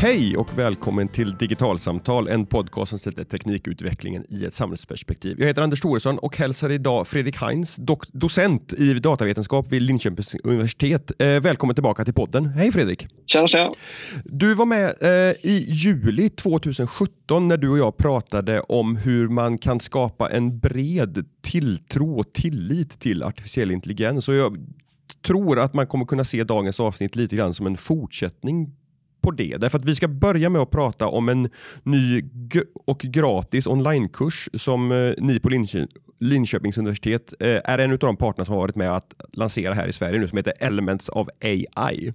Hej och välkommen till Digitalsamtal, en podcast som sätter teknikutvecklingen i ett samhällsperspektiv. Jag heter Anders Thoresson och hälsar idag Fredrik Heinz, docent i datavetenskap vid Linköpings universitet. Välkommen tillbaka till podden. Hej Fredrik! Tjena. Du var med i juli 2017 när du och jag pratade om hur man kan skapa en bred tilltro och tillit till artificiell intelligens. Och jag tror att man kommer kunna se dagens avsnitt lite grann som en fortsättning på det. Därför att vi ska börja med att prata om en ny och gratis onlinekurs som ni på Linköpings universitet är en av de parterna som har varit med att lansera här i Sverige nu, som heter Elements of AI.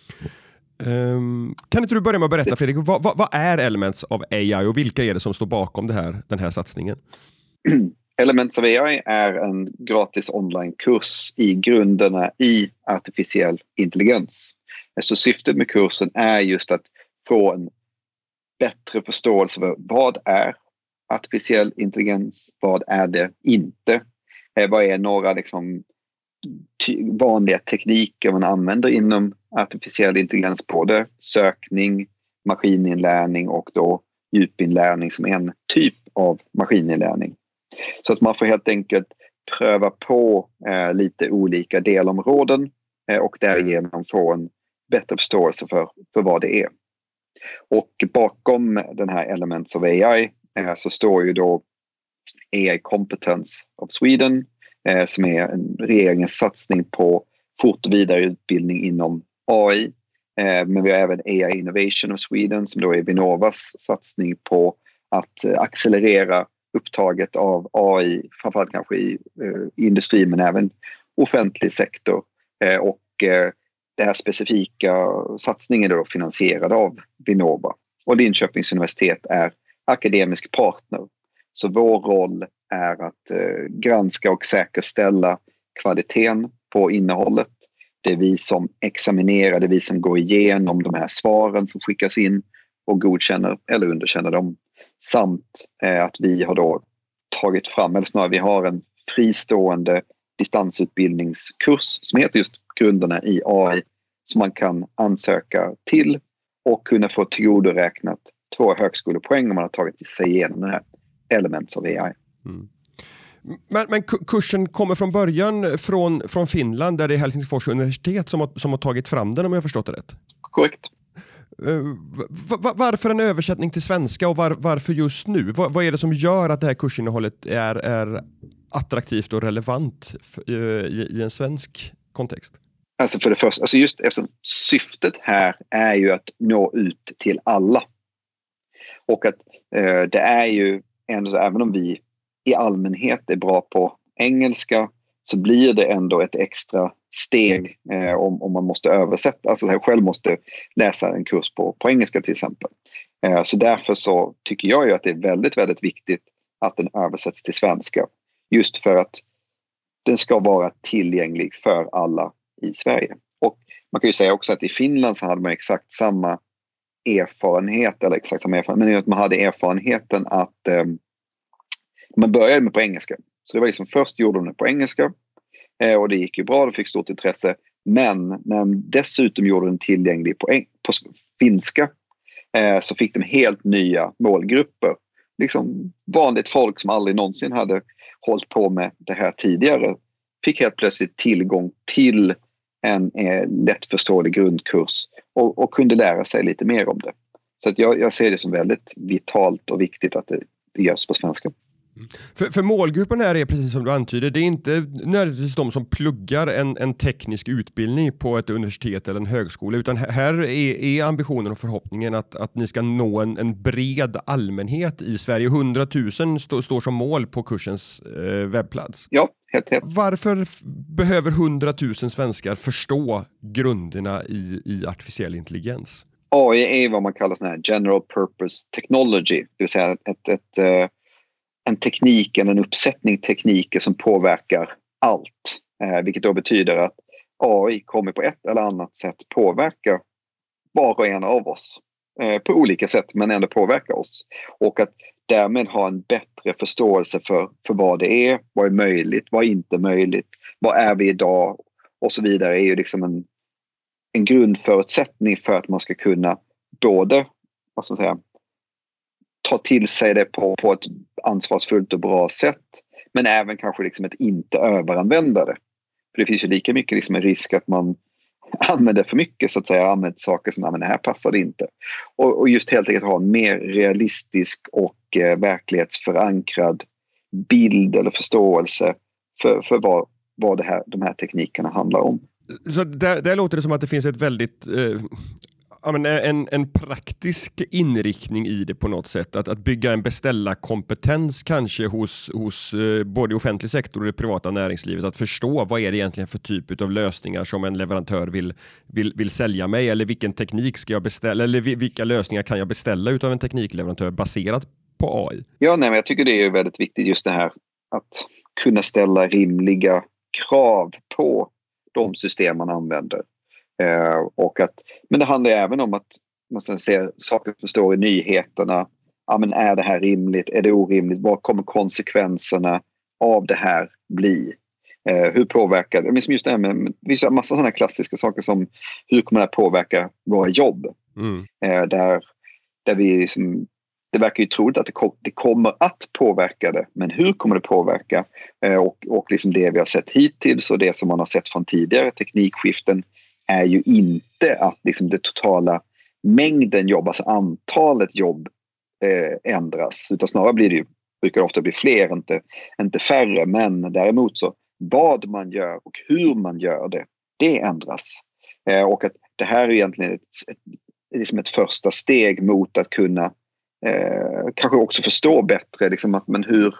Kan inte du börja med att berätta, Fredrik, vad är Elements of AI och vilka är det som står bakom den här satsningen? Elements of AI är en gratis onlinekurs i grunderna i artificiell intelligens. Så syftet med kursen är just att få en bättre förståelse för vad är artificiell intelligens, vad är det inte, vad är några vanliga tekniker man använder inom artificiell intelligens, både sökning, maskininlärning och då djupinlärning som en typ av maskininlärning. Så att man får helt enkelt pröva på lite olika delområden och därigenom få en bättre förståelse för vad det är. Och bakom den här Elements of AI så står ju då AI Competence of Sweden som är regeringens satsning på fort- och vidareutbildning inom AI. Men vi har även AI Innovation of Sweden som då är Vinnovas satsning på att accelerera upptaget av AI, framförallt kanske i industri men även offentlig sektor. Och det här specifika satsningen är då finansierad av Vinnova. Och Linköpings universitet är akademisk partner. Så vår roll är att granska och säkerställa kvaliteten på innehållet. Det är vi som examinerar, det är vi som går igenom de här svaren som skickas in och godkänner eller underkänner dem. Samt att vi har då tagit fram, eller snarare vi har en fristående distansutbildningskurs som heter just grunderna i AI som man kan ansöka till och kunna få tillgodoräknat 2 högskolepoäng om man har tagit sig igenom den här Elements of AI. Mm. Men kursen kommer från början från Finland, där det är Helsingfors universitet som har tagit fram den, om jag har förstått det rätt? Korrekt. Varför en översättning till svenska och varför just nu? Vad är det som gör att det här kursinnehållet är attraktivt och relevant i en svensk kontext? Alltså för det första, alltså just eftersom syftet här är ju att nå ut till alla. Och att det är ju ändå, även om vi i allmänhet är bra på engelska, så blir det ändå ett extra steg om man måste översätta. Alltså jag själv måste läsa en kurs på engelska till exempel. Så därför så tycker jag ju att det är väldigt, väldigt viktigt att den översätts till svenska. Just för att den ska vara tillgänglig för alla i Sverige. Och man kan ju säga också att i Finland så hade man exakt samma erfarenhet, eller exakt samma erfarenhet, men att man hade erfarenheten att man började med på engelska. Så det var liksom först gjorde de det på engelska och det gick ju bra, det fick stort intresse. Men när de dessutom gjorde den tillgänglig på finska så fick de helt nya målgrupper. Liksom vanligt folk som aldrig någonsin hade hållit på med det här tidigare fick helt plötsligt tillgång till en lättförståelig grundkurs och kunde lära sig lite mer om det. Så att jag ser det som väldigt vitalt och viktigt att det görs på svenska. För målgruppen här är precis som du antyder, det är inte nödvändigtvis de som pluggar en teknisk utbildning på ett universitet eller en högskola, utan här är ambitionen och förhoppningen att ni ska nå en bred allmänhet i Sverige. 100 000 står som mål på kursens webbplats. Ja, helt. Varför behöver 100 000 svenskar förstå grunderna i artificiell intelligens? AI är vad man kallar sån här general purpose technology, det vill säga en teknik eller en uppsättning tekniker som påverkar allt. Vilket då betyder att AI kommer på ett eller annat sätt påverka var och en av oss. På olika sätt, men ändå påverka oss. Och att därmed ha en bättre förståelse för vad det är, vad är möjligt, vad är inte möjligt, vad är vi idag och så vidare är ju liksom en grundförutsättning för att man ska kunna både vad ska man säga, ta till sig det på ett ansvarsfullt och bra sätt. Men även kanske liksom ett inte överanvända det. För det finns ju lika mycket liksom en risk att man använder för mycket, så att säga, använder saker som det här passar inte. Och just helt enkelt ha en mer realistisk och verklighetsförankrad bild eller förståelse för vad de här teknikerna handlar om. Så där låter det som att det finns ett väldigt en praktisk inriktning i det på något sätt. Att bygga en beställarkompetens kanske hos både offentlig sektor och det privata näringslivet. Att förstå vad är det egentligen för typ av lösningar som en leverantör vill sälja mig. Eller vilken teknik ska jag beställa. Eller vilka lösningar kan jag beställa utav en teknikleverantör baserat på AI? Ja, men jag tycker det är väldigt viktigt just det här. Att kunna ställa rimliga krav på de system man använder. Men det handlar även om att man ska se saker som står i nyheterna. Ja, men är det här rimligt? Är det orimligt? Vad kommer konsekvenserna av det här bli? Hur påverkar det? Men just det här med vissa massa sådana klassiska saker som hur kommer det att påverka våra jobb? Där vi liksom, det verkar ju troligt att det kommer att påverka det. Men hur kommer det påverka? Och liksom det vi har sett hittills och det som man har sett från tidigare teknikskiften är ju inte att liksom det totala mängden jobb, alltså antalet jobb ändras. Utan snarare brukar det ofta bli fler, inte färre. Men däremot så vad man gör och hur man gör det ändras. Och att det här är egentligen liksom ett första steg mot att kunna kanske också förstå bättre liksom att men hur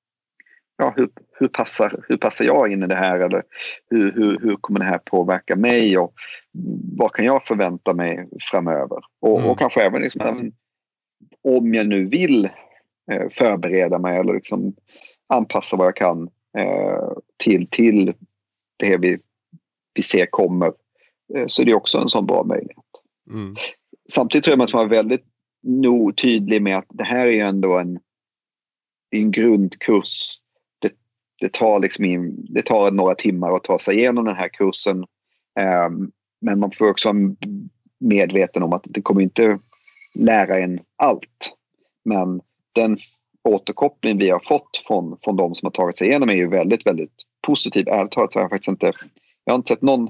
passar jag in i det här, eller hur kommer det här påverka mig och vad kan jag förvänta mig framöver och kanske även liksom, om jag nu vill förbereda mig eller liksom anpassa vad jag kan till det vi ser kommer, så är det också en sån bra möjlighet. Samtidigt tror jag att man ska vara väldigt tydlig med att det här är ändå en grundkurs. Det tar några timmar att ta sig igenom den här kursen. Men man får också vara medveten om att det kommer inte lära en allt. Men den återkoppling vi har fått från de som har tagit sig igenom är ju väldigt, väldigt positiv. Ärligt talat så har jag har inte sett någon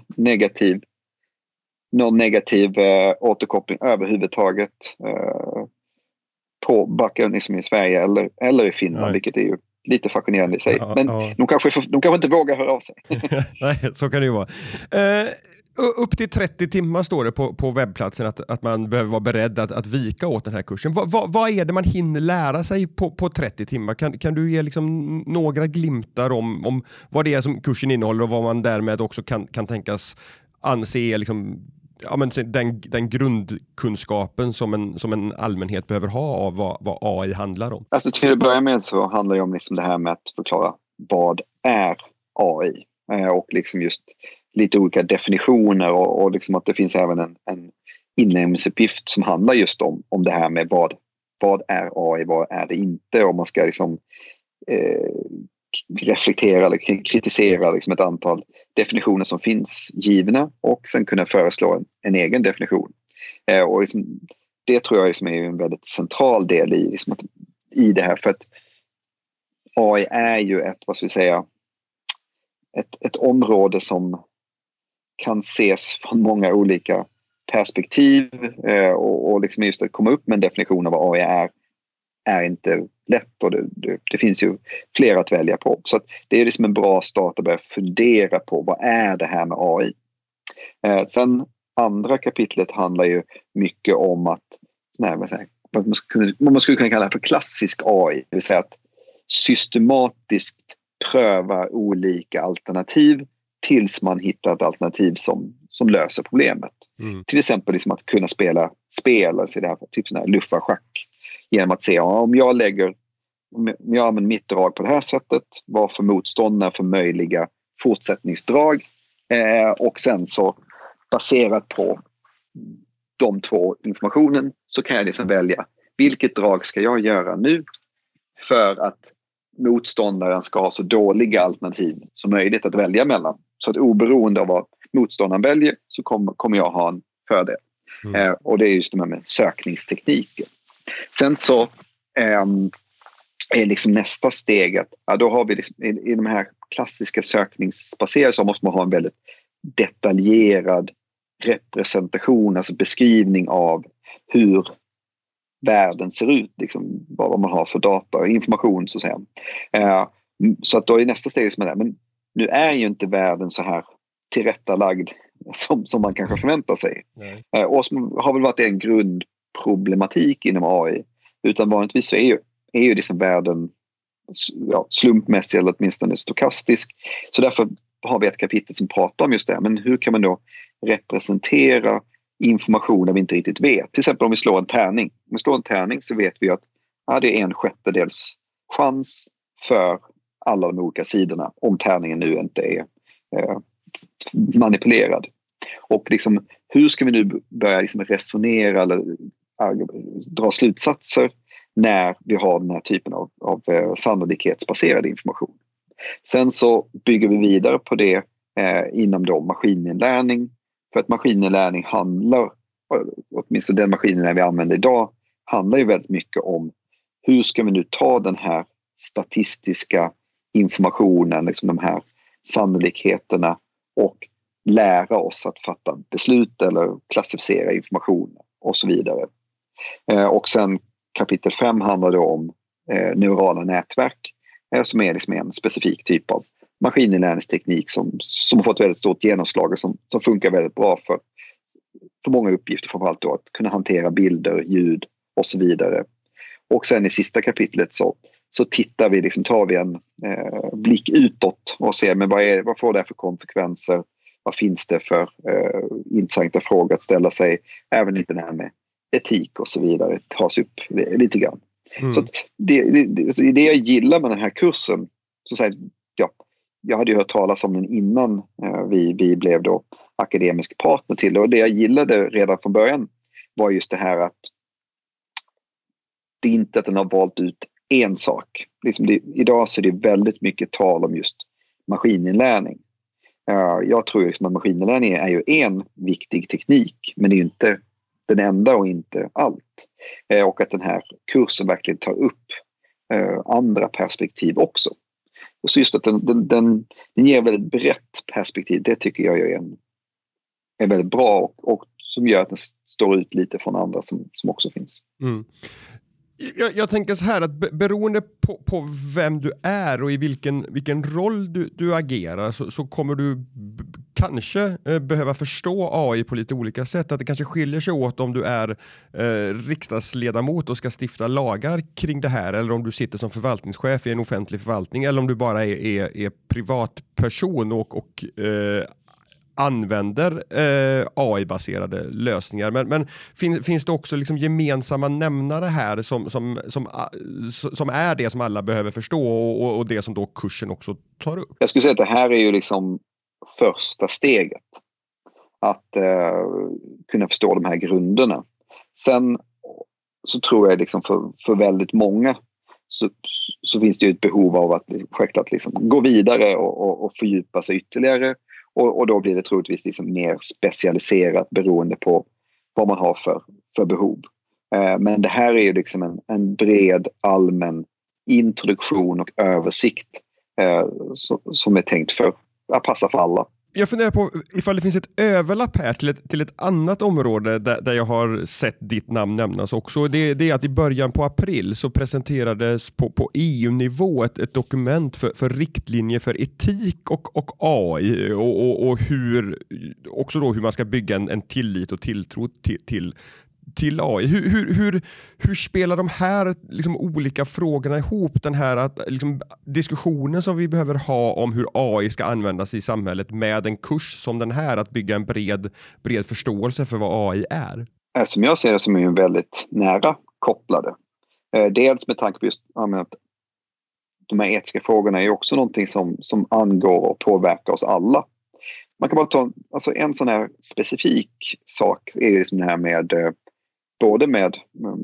negativ återkoppling överhuvudtaget på backen liksom i Sverige eller i Finland. Nej. Vilket är ju lite fascinerande i sig. Men de kanske inte vågar höra av sig. Nej, så kan det ju vara. Upp till 30 timmar står det på webbplatsen att man behöver vara beredd att vika åt den här kursen. Vad är det man hinner lära sig på 30 timmar? Kan du ge liksom några glimtar om vad det är som kursen innehåller och vad man därmed också kan tänkas anse liksom, den grundkunskapen som en allmänhet behöver ha av vad AI handlar om? Alltså till att börja med så handlar det om liksom det här med att förklara vad är AI och liksom just lite olika definitioner och liksom att det finns även en inlämningsuppgift som handlar just om det här med vad är AI, vad är det inte, om man ska liksom reflektera eller kritisera liksom ett antal definitioner som finns givna och sen kunna föreslå en egen definition. Och liksom, det tror jag liksom är en väldigt central del i det här, för att AI är ju ett område som kan ses från många olika perspektiv och liksom just att komma upp med en definition av vad AI är inte lätt, och det finns ju flera att välja på. Så att det är liksom en bra start att börja fundera på vad är det här med AI. Sen andra kapitlet handlar ju mycket om att vad man skulle kunna kalla för klassisk AI, det vill säga att systematiskt pröva olika alternativ tills man hittar ett alternativ som löser problemet. Till exempel liksom att kunna spela spel, alltså det här, typ sån här luffarschack, genom att se om jag använder mitt drag på det här sättet, vad för motståndare för möjliga fortsättningsdrag, och sen så baserat på de två informationen så kan jag liksom välja vilket drag ska jag göra nu för att motståndaren ska ha så dåliga alternativ som möjligt att välja mellan. Så att oberoende av vad motståndaren väljer så kommer jag ha en fördel. Och det är just det här med sökningstekniker. Sen så är liksom nästa steg att då har vi liksom, i de här klassiska sökningsbaserade så måste man ha en väldigt detaljerad representation, alltså beskrivning av hur världen ser ut, liksom, vad man har för data och information så att säga. Så att då är nästa steg som är där, men nu är ju inte världen så här tillrättalagd som man kanske förväntar sig. Och som har väl varit en grundproblematik inom AI, utan vanligtvis så är ju liksom världen slumpmässig eller åtminstone stokastisk. Så därför har vi ett kapitel som pratar om just det. Men hur kan man då representera information vi inte riktigt vet? Till exempel om vi slår en tärning. Om vi slår en tärning så vet vi att det är 1/6 chans för alla de olika sidorna om tärningen nu inte är manipulerad. Och liksom, hur ska vi nu börja liksom resonera eller dra slutsatser när vi har den här typen av sannolikhetsbaserad information. Sen så bygger vi vidare på det inom då maskininlärning. För att maskininlärning handlar, åtminstone den maskininlärning vi använder idag, handlar ju väldigt mycket om hur ska vi nu ta den här statistiska informationen, liksom de här sannolikheterna, och lära oss att fatta beslut eller klassificera information och så vidare. Och sen kapitel 5 handlar då om neurala nätverk som är liksom en specifik typ av maskininlärningsteknik som har fått väldigt stort genomslag och som funkar väldigt bra för många uppgifter, framförallt då att kunna hantera bilder, ljud och så vidare. Och sen i sista kapitlet så tittar vi, liksom, tar vi en blick utåt och ser men vad får det för konsekvenser, vad finns det för intressanta frågor att ställa sig, även lite det här med etik och så vidare tas upp lite grann. Så att det jag gillar med den här kursen, så säger jag hade ju hört talas om den innan vi blev då akademisk partner till det, och det jag gillade redan från början var just det här att det inte att den har valt ut en sak. Liksom idag så är det väldigt mycket tal om just maskininlärning. Jag tror liksom att maskininlärning är ju en viktig teknik, men det är ju inte den enda och inte allt. Och att den här kursen verkligen tar upp andra perspektiv också. Och så just att den ger väldigt brett perspektiv, det tycker jag är väldigt bra och som gör att den står ut lite från andra som också finns. Jag tänker så här att beroende på vem du är och i vilken roll du agerar så kommer du kanske behöva förstå AI på lite olika sätt. Att det kanske skiljer sig åt om du är riksdagsledamot och ska stifta lagar kring det här, eller om du sitter som förvaltningschef i en offentlig förvaltning, eller om du bara är privatperson och använder AI-baserade lösningar. Men finns det också liksom gemensamma nämnare här som är det som alla behöver förstå och det som då kursen också tar upp? Jag skulle säga att det här är ju liksom första steget. Att kunna förstå de här grunderna. Sen så tror jag liksom för väldigt många så finns det ju ett behov av att självklart liksom gå vidare och fördjupa sig ytterligare. Och då blir det troligtvis liksom mer specialiserat beroende på vad man har för behov. Men det här är ju liksom en bred allmän introduktion och översikt som är tänkt för att passa för alla. Jag funderar på ifall det finns ett överlapp här till ett annat område där jag har sett ditt namn nämnas också. Det är att i början på april så presenterades på EU-nivå ett dokument för riktlinjer för etik och AI och hur man ska bygga en tillit och tilltro till AI. Hur spelar de här liksom olika frågorna ihop? Den här liksom, diskussionen som vi behöver ha om hur AI ska användas i samhället med en kurs som den här, att bygga en bred förståelse för vad AI är? Som jag ser det som är väldigt nära kopplade. Dels med tanke på just att de här etiska frågorna är också någonting som angår och påverkar oss alla. Man kan bara ta en sån här specifik sak är ju som det här med både med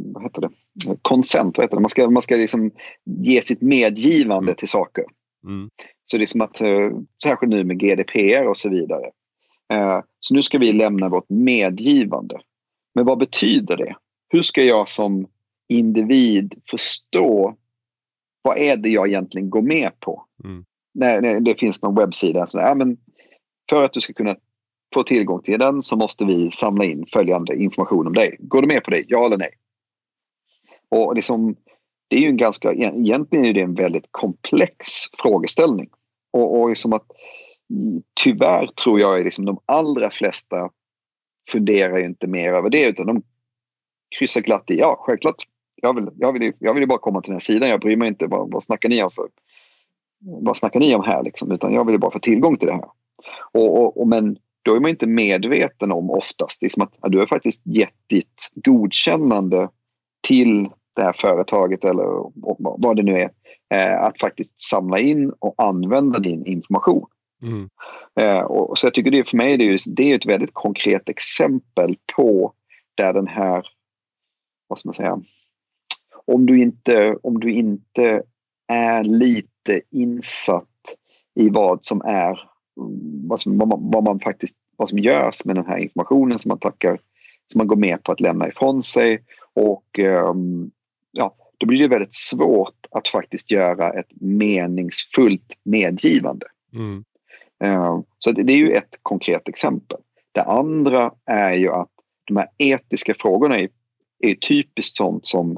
consent, man ska liksom ge sitt medgivande till saker. Så det är som att särskilt nu med GDPR och så vidare. Så nu ska vi lämna vårt medgivande. Men vad betyder det? Hur ska jag som individ förstå vad är det jag egentligen går med på? När det finns någon webbsida som men för att du ska kunna få tillgång till den så måste vi samla in följande information om dig. Går du med på det? Ja eller nej? Och liksom, det är ju egentligen är det en väldigt komplex frågeställning. Och liksom att tyvärr tror jag liksom de allra flesta funderar ju inte mer över det, utan de kryssar glatt i. Ja, självklart. Jag vill ju bara komma till den här sidan. Jag bryr mig inte vad snackar ni om vad snackar ni om här liksom, utan jag vill ju bara få tillgång till det här. Men då är man inte medveten om oftast liksom att du har faktiskt gett ditt godkännande till det här företaget eller vad det nu är, att faktiskt samla in och använda din information. Så jag tycker det för mig det är ett väldigt konkret exempel på där den här, vad ska man säga, om du inte är lite insatt i vad som görs med den här informationen som man går med på att lämna ifrån sig, och då blir det väldigt svårt att faktiskt göra ett meningsfullt medgivande. Så det är ju ett konkret exempel. Det andra är ju att de här etiska frågorna är typiskt sånt som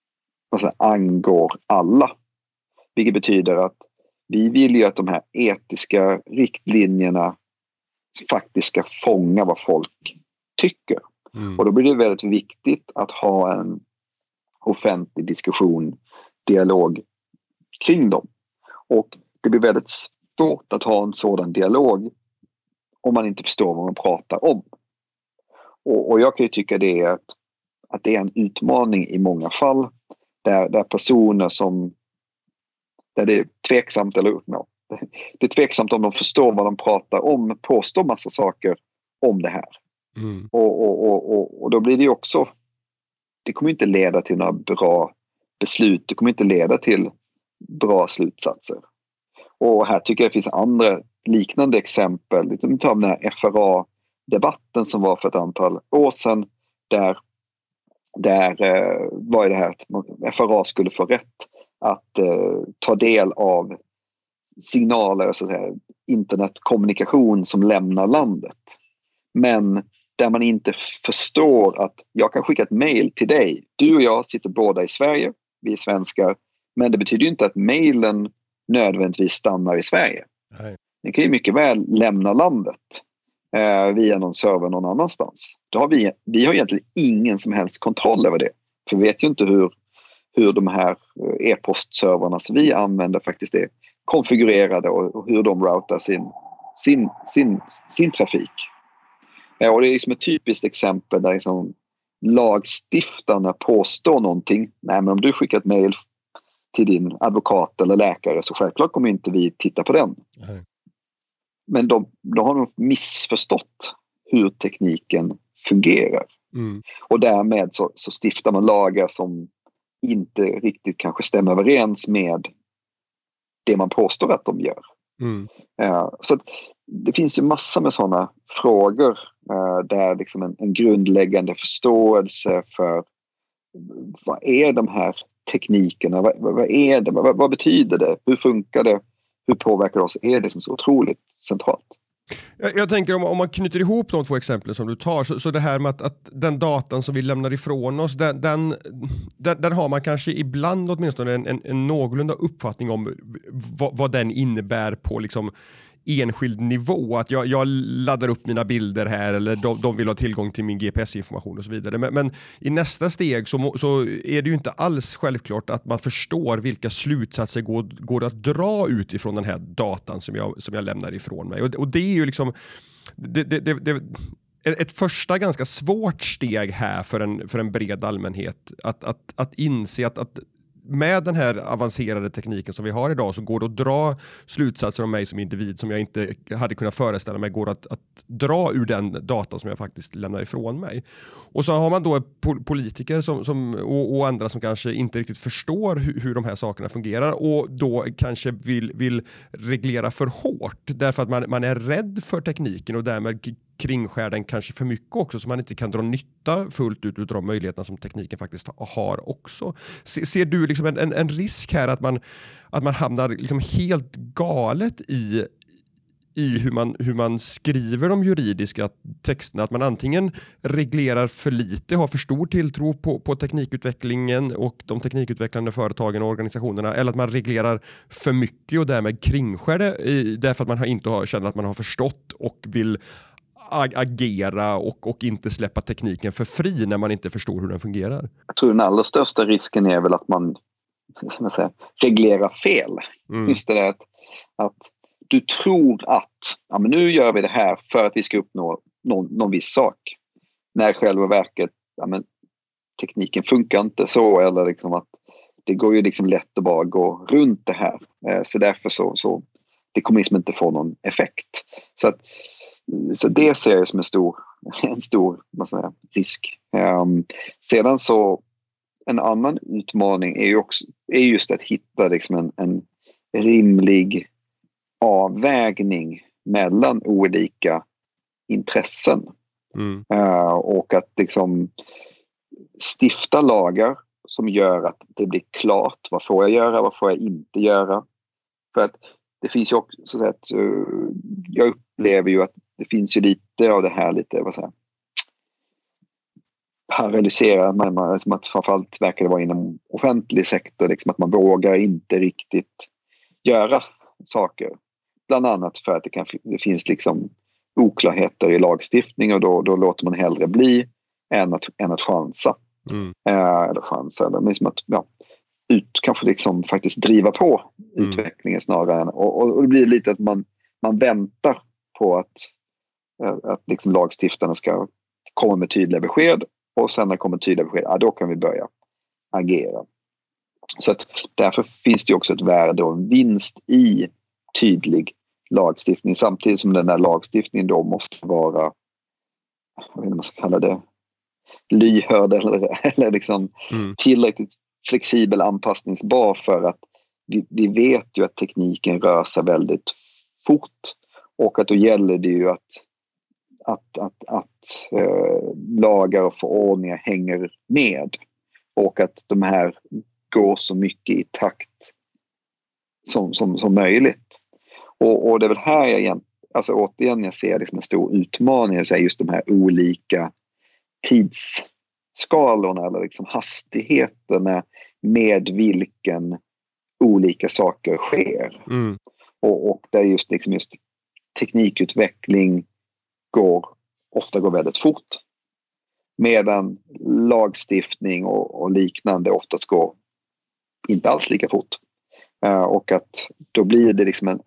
angår alla. Vilket betyder att vi vill ju att de här etiska riktlinjerna faktiskt ska fånga vad folk tycker. Och då blir det väldigt viktigt att ha en offentlig diskussion, dialog kring dem. Och det blir väldigt svårt att ha en sådan dialog om man inte förstår vad man pratar om. Och jag kan ju tycka det är att det är en utmaning i många fall där personer där det är tveksamt det är tveksamt om de förstår vad de pratar om, påstår massa saker om det här. Och då blir det ju också, det kommer inte leda till några bra beslut, det kommer inte leda till bra slutsatser. Och här tycker jag det finns andra liknande exempel. Vi tar den här FRA-debatten som var för ett antal år sedan, där var det här att FRA skulle få rätt att ta del av signaler, så att säga, internetkommunikation som lämnar landet. Men där man inte förstår att jag kan skicka ett mejl till dig. Du och jag sitter båda i Sverige, vi är svenskar, men det betyder ju inte att mejlen nödvändigtvis stannar i Sverige. Nej. Den kan ju mycket väl lämna landet via någon server någon annanstans. Då har vi har egentligen ingen som helst kontroll över det. För vi vet ju inte hur de här e-postserverna som vi använder faktiskt är konfigurerade och hur de routar sin trafik. Och det är liksom ett typiskt exempel där liksom lagstiftarna påstår någonting. Nej, men om du skickar ett mejl till din advokat eller läkare så självklart kommer inte vi titta på den. Nej. Men då har de missförstått hur tekniken fungerar. Och därmed så stiftar man lagar som inte riktigt kanske stämmer överens med det man påstår att de gör. Så att det finns ju massor med sådana frågor där liksom en grundläggande förståelse för vad är de här teknikerna, vad är det, vad betyder det, hur funkar det, hur påverkar det oss, är det som så otroligt centralt. Jag tänker om man knyter ihop de två exemplen som du tar, så det här med att den datan som vi lämnar ifrån oss, den har man kanske ibland åtminstone en någorlunda uppfattning om vad den innebär på liksom enskild nivå, att jag laddar upp mina bilder här, eller de vill ha tillgång till min GPS-information och så vidare. Men i nästa steg så är det ju inte alls självklart att man förstår vilka slutsatser går att dra utifrån den här datan som jag lämnar ifrån mig. Och det är ju liksom ett första ganska svårt steg här för en bred allmänhet att inse att med den här avancerade tekniken som vi har idag så går det att dra slutsatser om mig som individ som jag inte hade kunnat föreställa mig går att dra ur den datan som jag faktiskt lämnar ifrån mig. Och så har man då politiker och andra som kanske inte riktigt förstår hur de här sakerna fungerar och då kanske vill reglera för hårt därför att man är rädd för tekniken och därmed kringskär den kanske för mycket också, så man inte kan dra nytta fullt ut utav de möjligheterna som tekniken faktiskt har också. Ser du liksom en risk här att man hamnar liksom helt galet i hur man skriver de juridiska texterna, att man antingen reglerar för lite, har för stor tilltro på teknikutvecklingen och de teknikutvecklande företagen och organisationerna, eller att man reglerar för mycket och därmed kringskär det därför att man inte känner att man har förstått och vill agera och inte släppa tekniken för fri när man inte förstår hur den fungerar. Jag tror den allra största risken är väl att man reglerar fel. Just det där att du tror att men nu gör vi det här för att vi ska uppnå någon viss sak. När själva verket, tekniken funkar inte så, eller liksom att det går ju liksom lätt att bara gå runt det här. Så därför så det kommer liksom inte få någon effekt. Så det ser jag som en stor risk. Sedan så en annan utmaning är just att hitta liksom en rimlig avvägning mellan olika intressen. Och att liksom stifta lagar som gör att det blir klart vad får jag göra, vad får jag inte göra. För att det finns ju också så att jag upplever ju att det finns ju lite av det här paralyserat, som att framförallt verkar det vara inom offentlig sektor, liksom att man vågar inte riktigt göra saker. Bland annat för att det finns liksom oklarheter i lagstiftning, och då låter man hellre bli än att chansa. Eller chansa, eller liksom att kanske liksom faktiskt driva på utvecklingen snarare än, och det blir lite att man väntar på att liksom lagstiftarna ska komma med tydliga besked, och sen när det kommer tydliga besked, då kan vi börja agera. Så att därför finns det också ett värde och en vinst i tydlig lagstiftning, samtidigt som den där lagstiftningen då måste vara, jag vet inte vad man ska kalla det, lyhörd eller liksom tillräckligt flexibel, anpassningsbar, för att vi vet ju att tekniken rör sig väldigt fort, och att då gäller det ju att lagar och förordningar hänger med, och att de här går så mycket i takt som möjligt. Och det är väl här jag återigen ser liksom en stor utmaning, så just de här olika tidsskalorna, eller liksom hastigheterna med vilken olika saker sker. Och där just teknikutveckling ofta går väldigt fort, medan lagstiftning och liknande oftast går inte alls lika fort. Och att då blir det liksom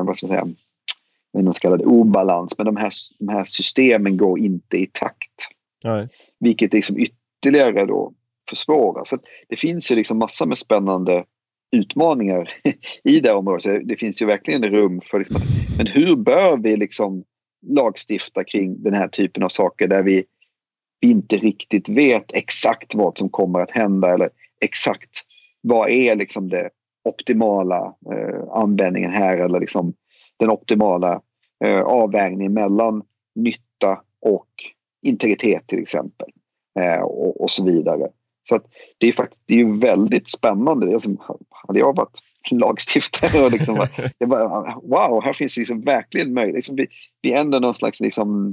en så kallad obalans, men de här systemen går inte i takt. Nej. Vilket liksom ytterligare då försvårar. Så det finns ju liksom massor med spännande utmaningar i det området. Så det finns ju verkligen rum för liksom, men hur bör vi liksom lagstifta kring den här typen av saker där vi inte riktigt vet exakt vad som kommer att hända, eller exakt vad är liksom det optimala användningen här, eller liksom den optimala avvägningen mellan nytta och integritet till exempel, och så vidare. Så att det är ju väldigt spännande. Hade jag varit lagstiftare och liksom wow, här finns liksom verkligen möjligt. Liksom vi ändå någon slags liksom,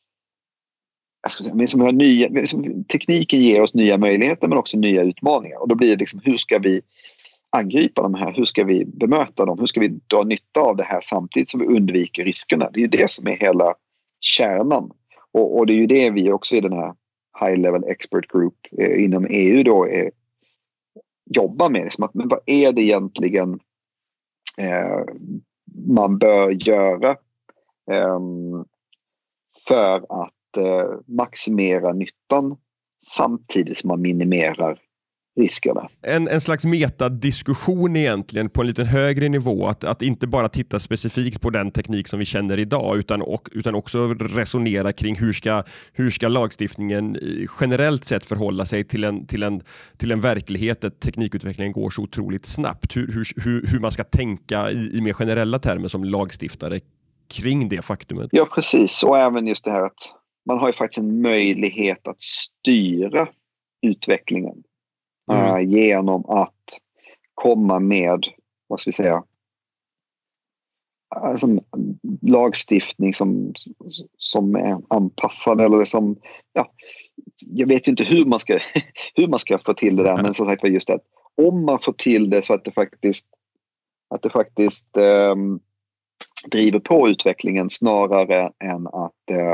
tekniken ger oss nya möjligheter, men också nya utmaningar. Och då blir det liksom, hur ska vi angripa de här? Hur ska vi bemöta dem? Hur ska vi dra nytta av det här samtidigt som vi undviker riskerna? Det är ju det som är hela kärnan. Och det är ju det vi också i den här High Level Expert Group inom EU då jobbar med. Men vad är det egentligen man bör göra för att maximera nyttan samtidigt som man minimerar riskerna. En slags metadiskussion egentligen på en lite högre nivå, att inte bara titta specifikt på den teknik som vi känner idag, utan också resonera kring hur ska lagstiftningen generellt sett förhålla sig till en verklighet där teknikutvecklingen går så otroligt snabbt. Hur man ska tänka i mer generella termer som lagstiftare kring det faktumet. Ja, precis. Och även just det här att man har ju faktiskt en möjlighet att styra utvecklingen genom att komma med, vad ska vi säga, alltså, lagstiftning som är anpassad eller som, ja, jag vet ju inte hur man ska få till det där, men som sagt var just det, om man får till det så att det faktiskt driver på utvecklingen snarare än att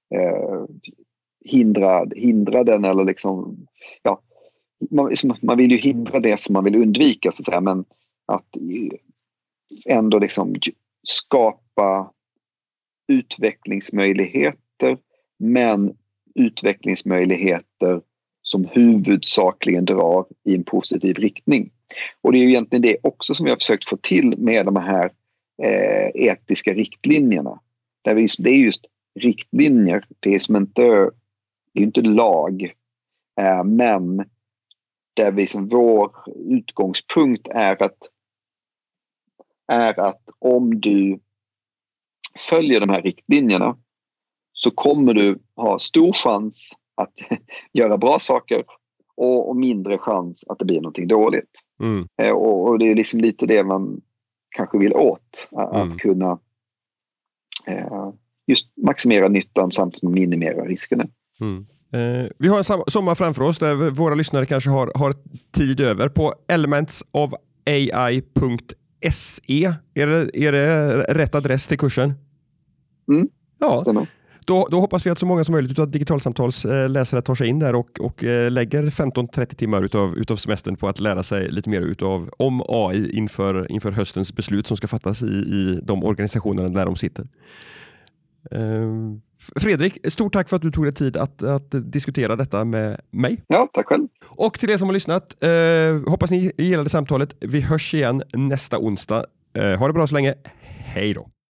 hindra den, eller liksom, ja, man vill ju hindra det som man vill undvika, så att säga, men att ändå liksom skapa utvecklingsmöjligheter, men utvecklingsmöjligheter som huvudsakligen drar i en positiv riktning. Och det är ju egentligen det också som vi har försökt få till med de här etiska riktlinjerna. Det är just riktlinjer, det är som inte lag, men där vi som vår utgångspunkt är att om du följer de här riktlinjerna så kommer du ha stor chans att göra bra saker och mindre chans att det blir någonting dåligt. Och det är liksom lite det man kanske vill åt, att kunna just maximera nyttan samtidigt som minimera riskerna. Vi har en sommar framför oss där våra lyssnare kanske har tid över. På elementsofai.se är det rätt adress till kursen? Ja, stämmer. Då hoppas vi att så många som möjligt av Digitalsamtals läsare tar sig in där och lägger 15-30 timmar utav semestern på att lära sig lite mer om AI inför höstens beslut som ska fattas i de organisationerna där de sitter. Fredrik, stort tack för att du tog dig tid att diskutera detta med mig. Ja, tack själv. Och till er som har lyssnat, hoppas ni gillade samtalet. Vi hörs igen nästa onsdag. Ha det bra så länge. Hej då!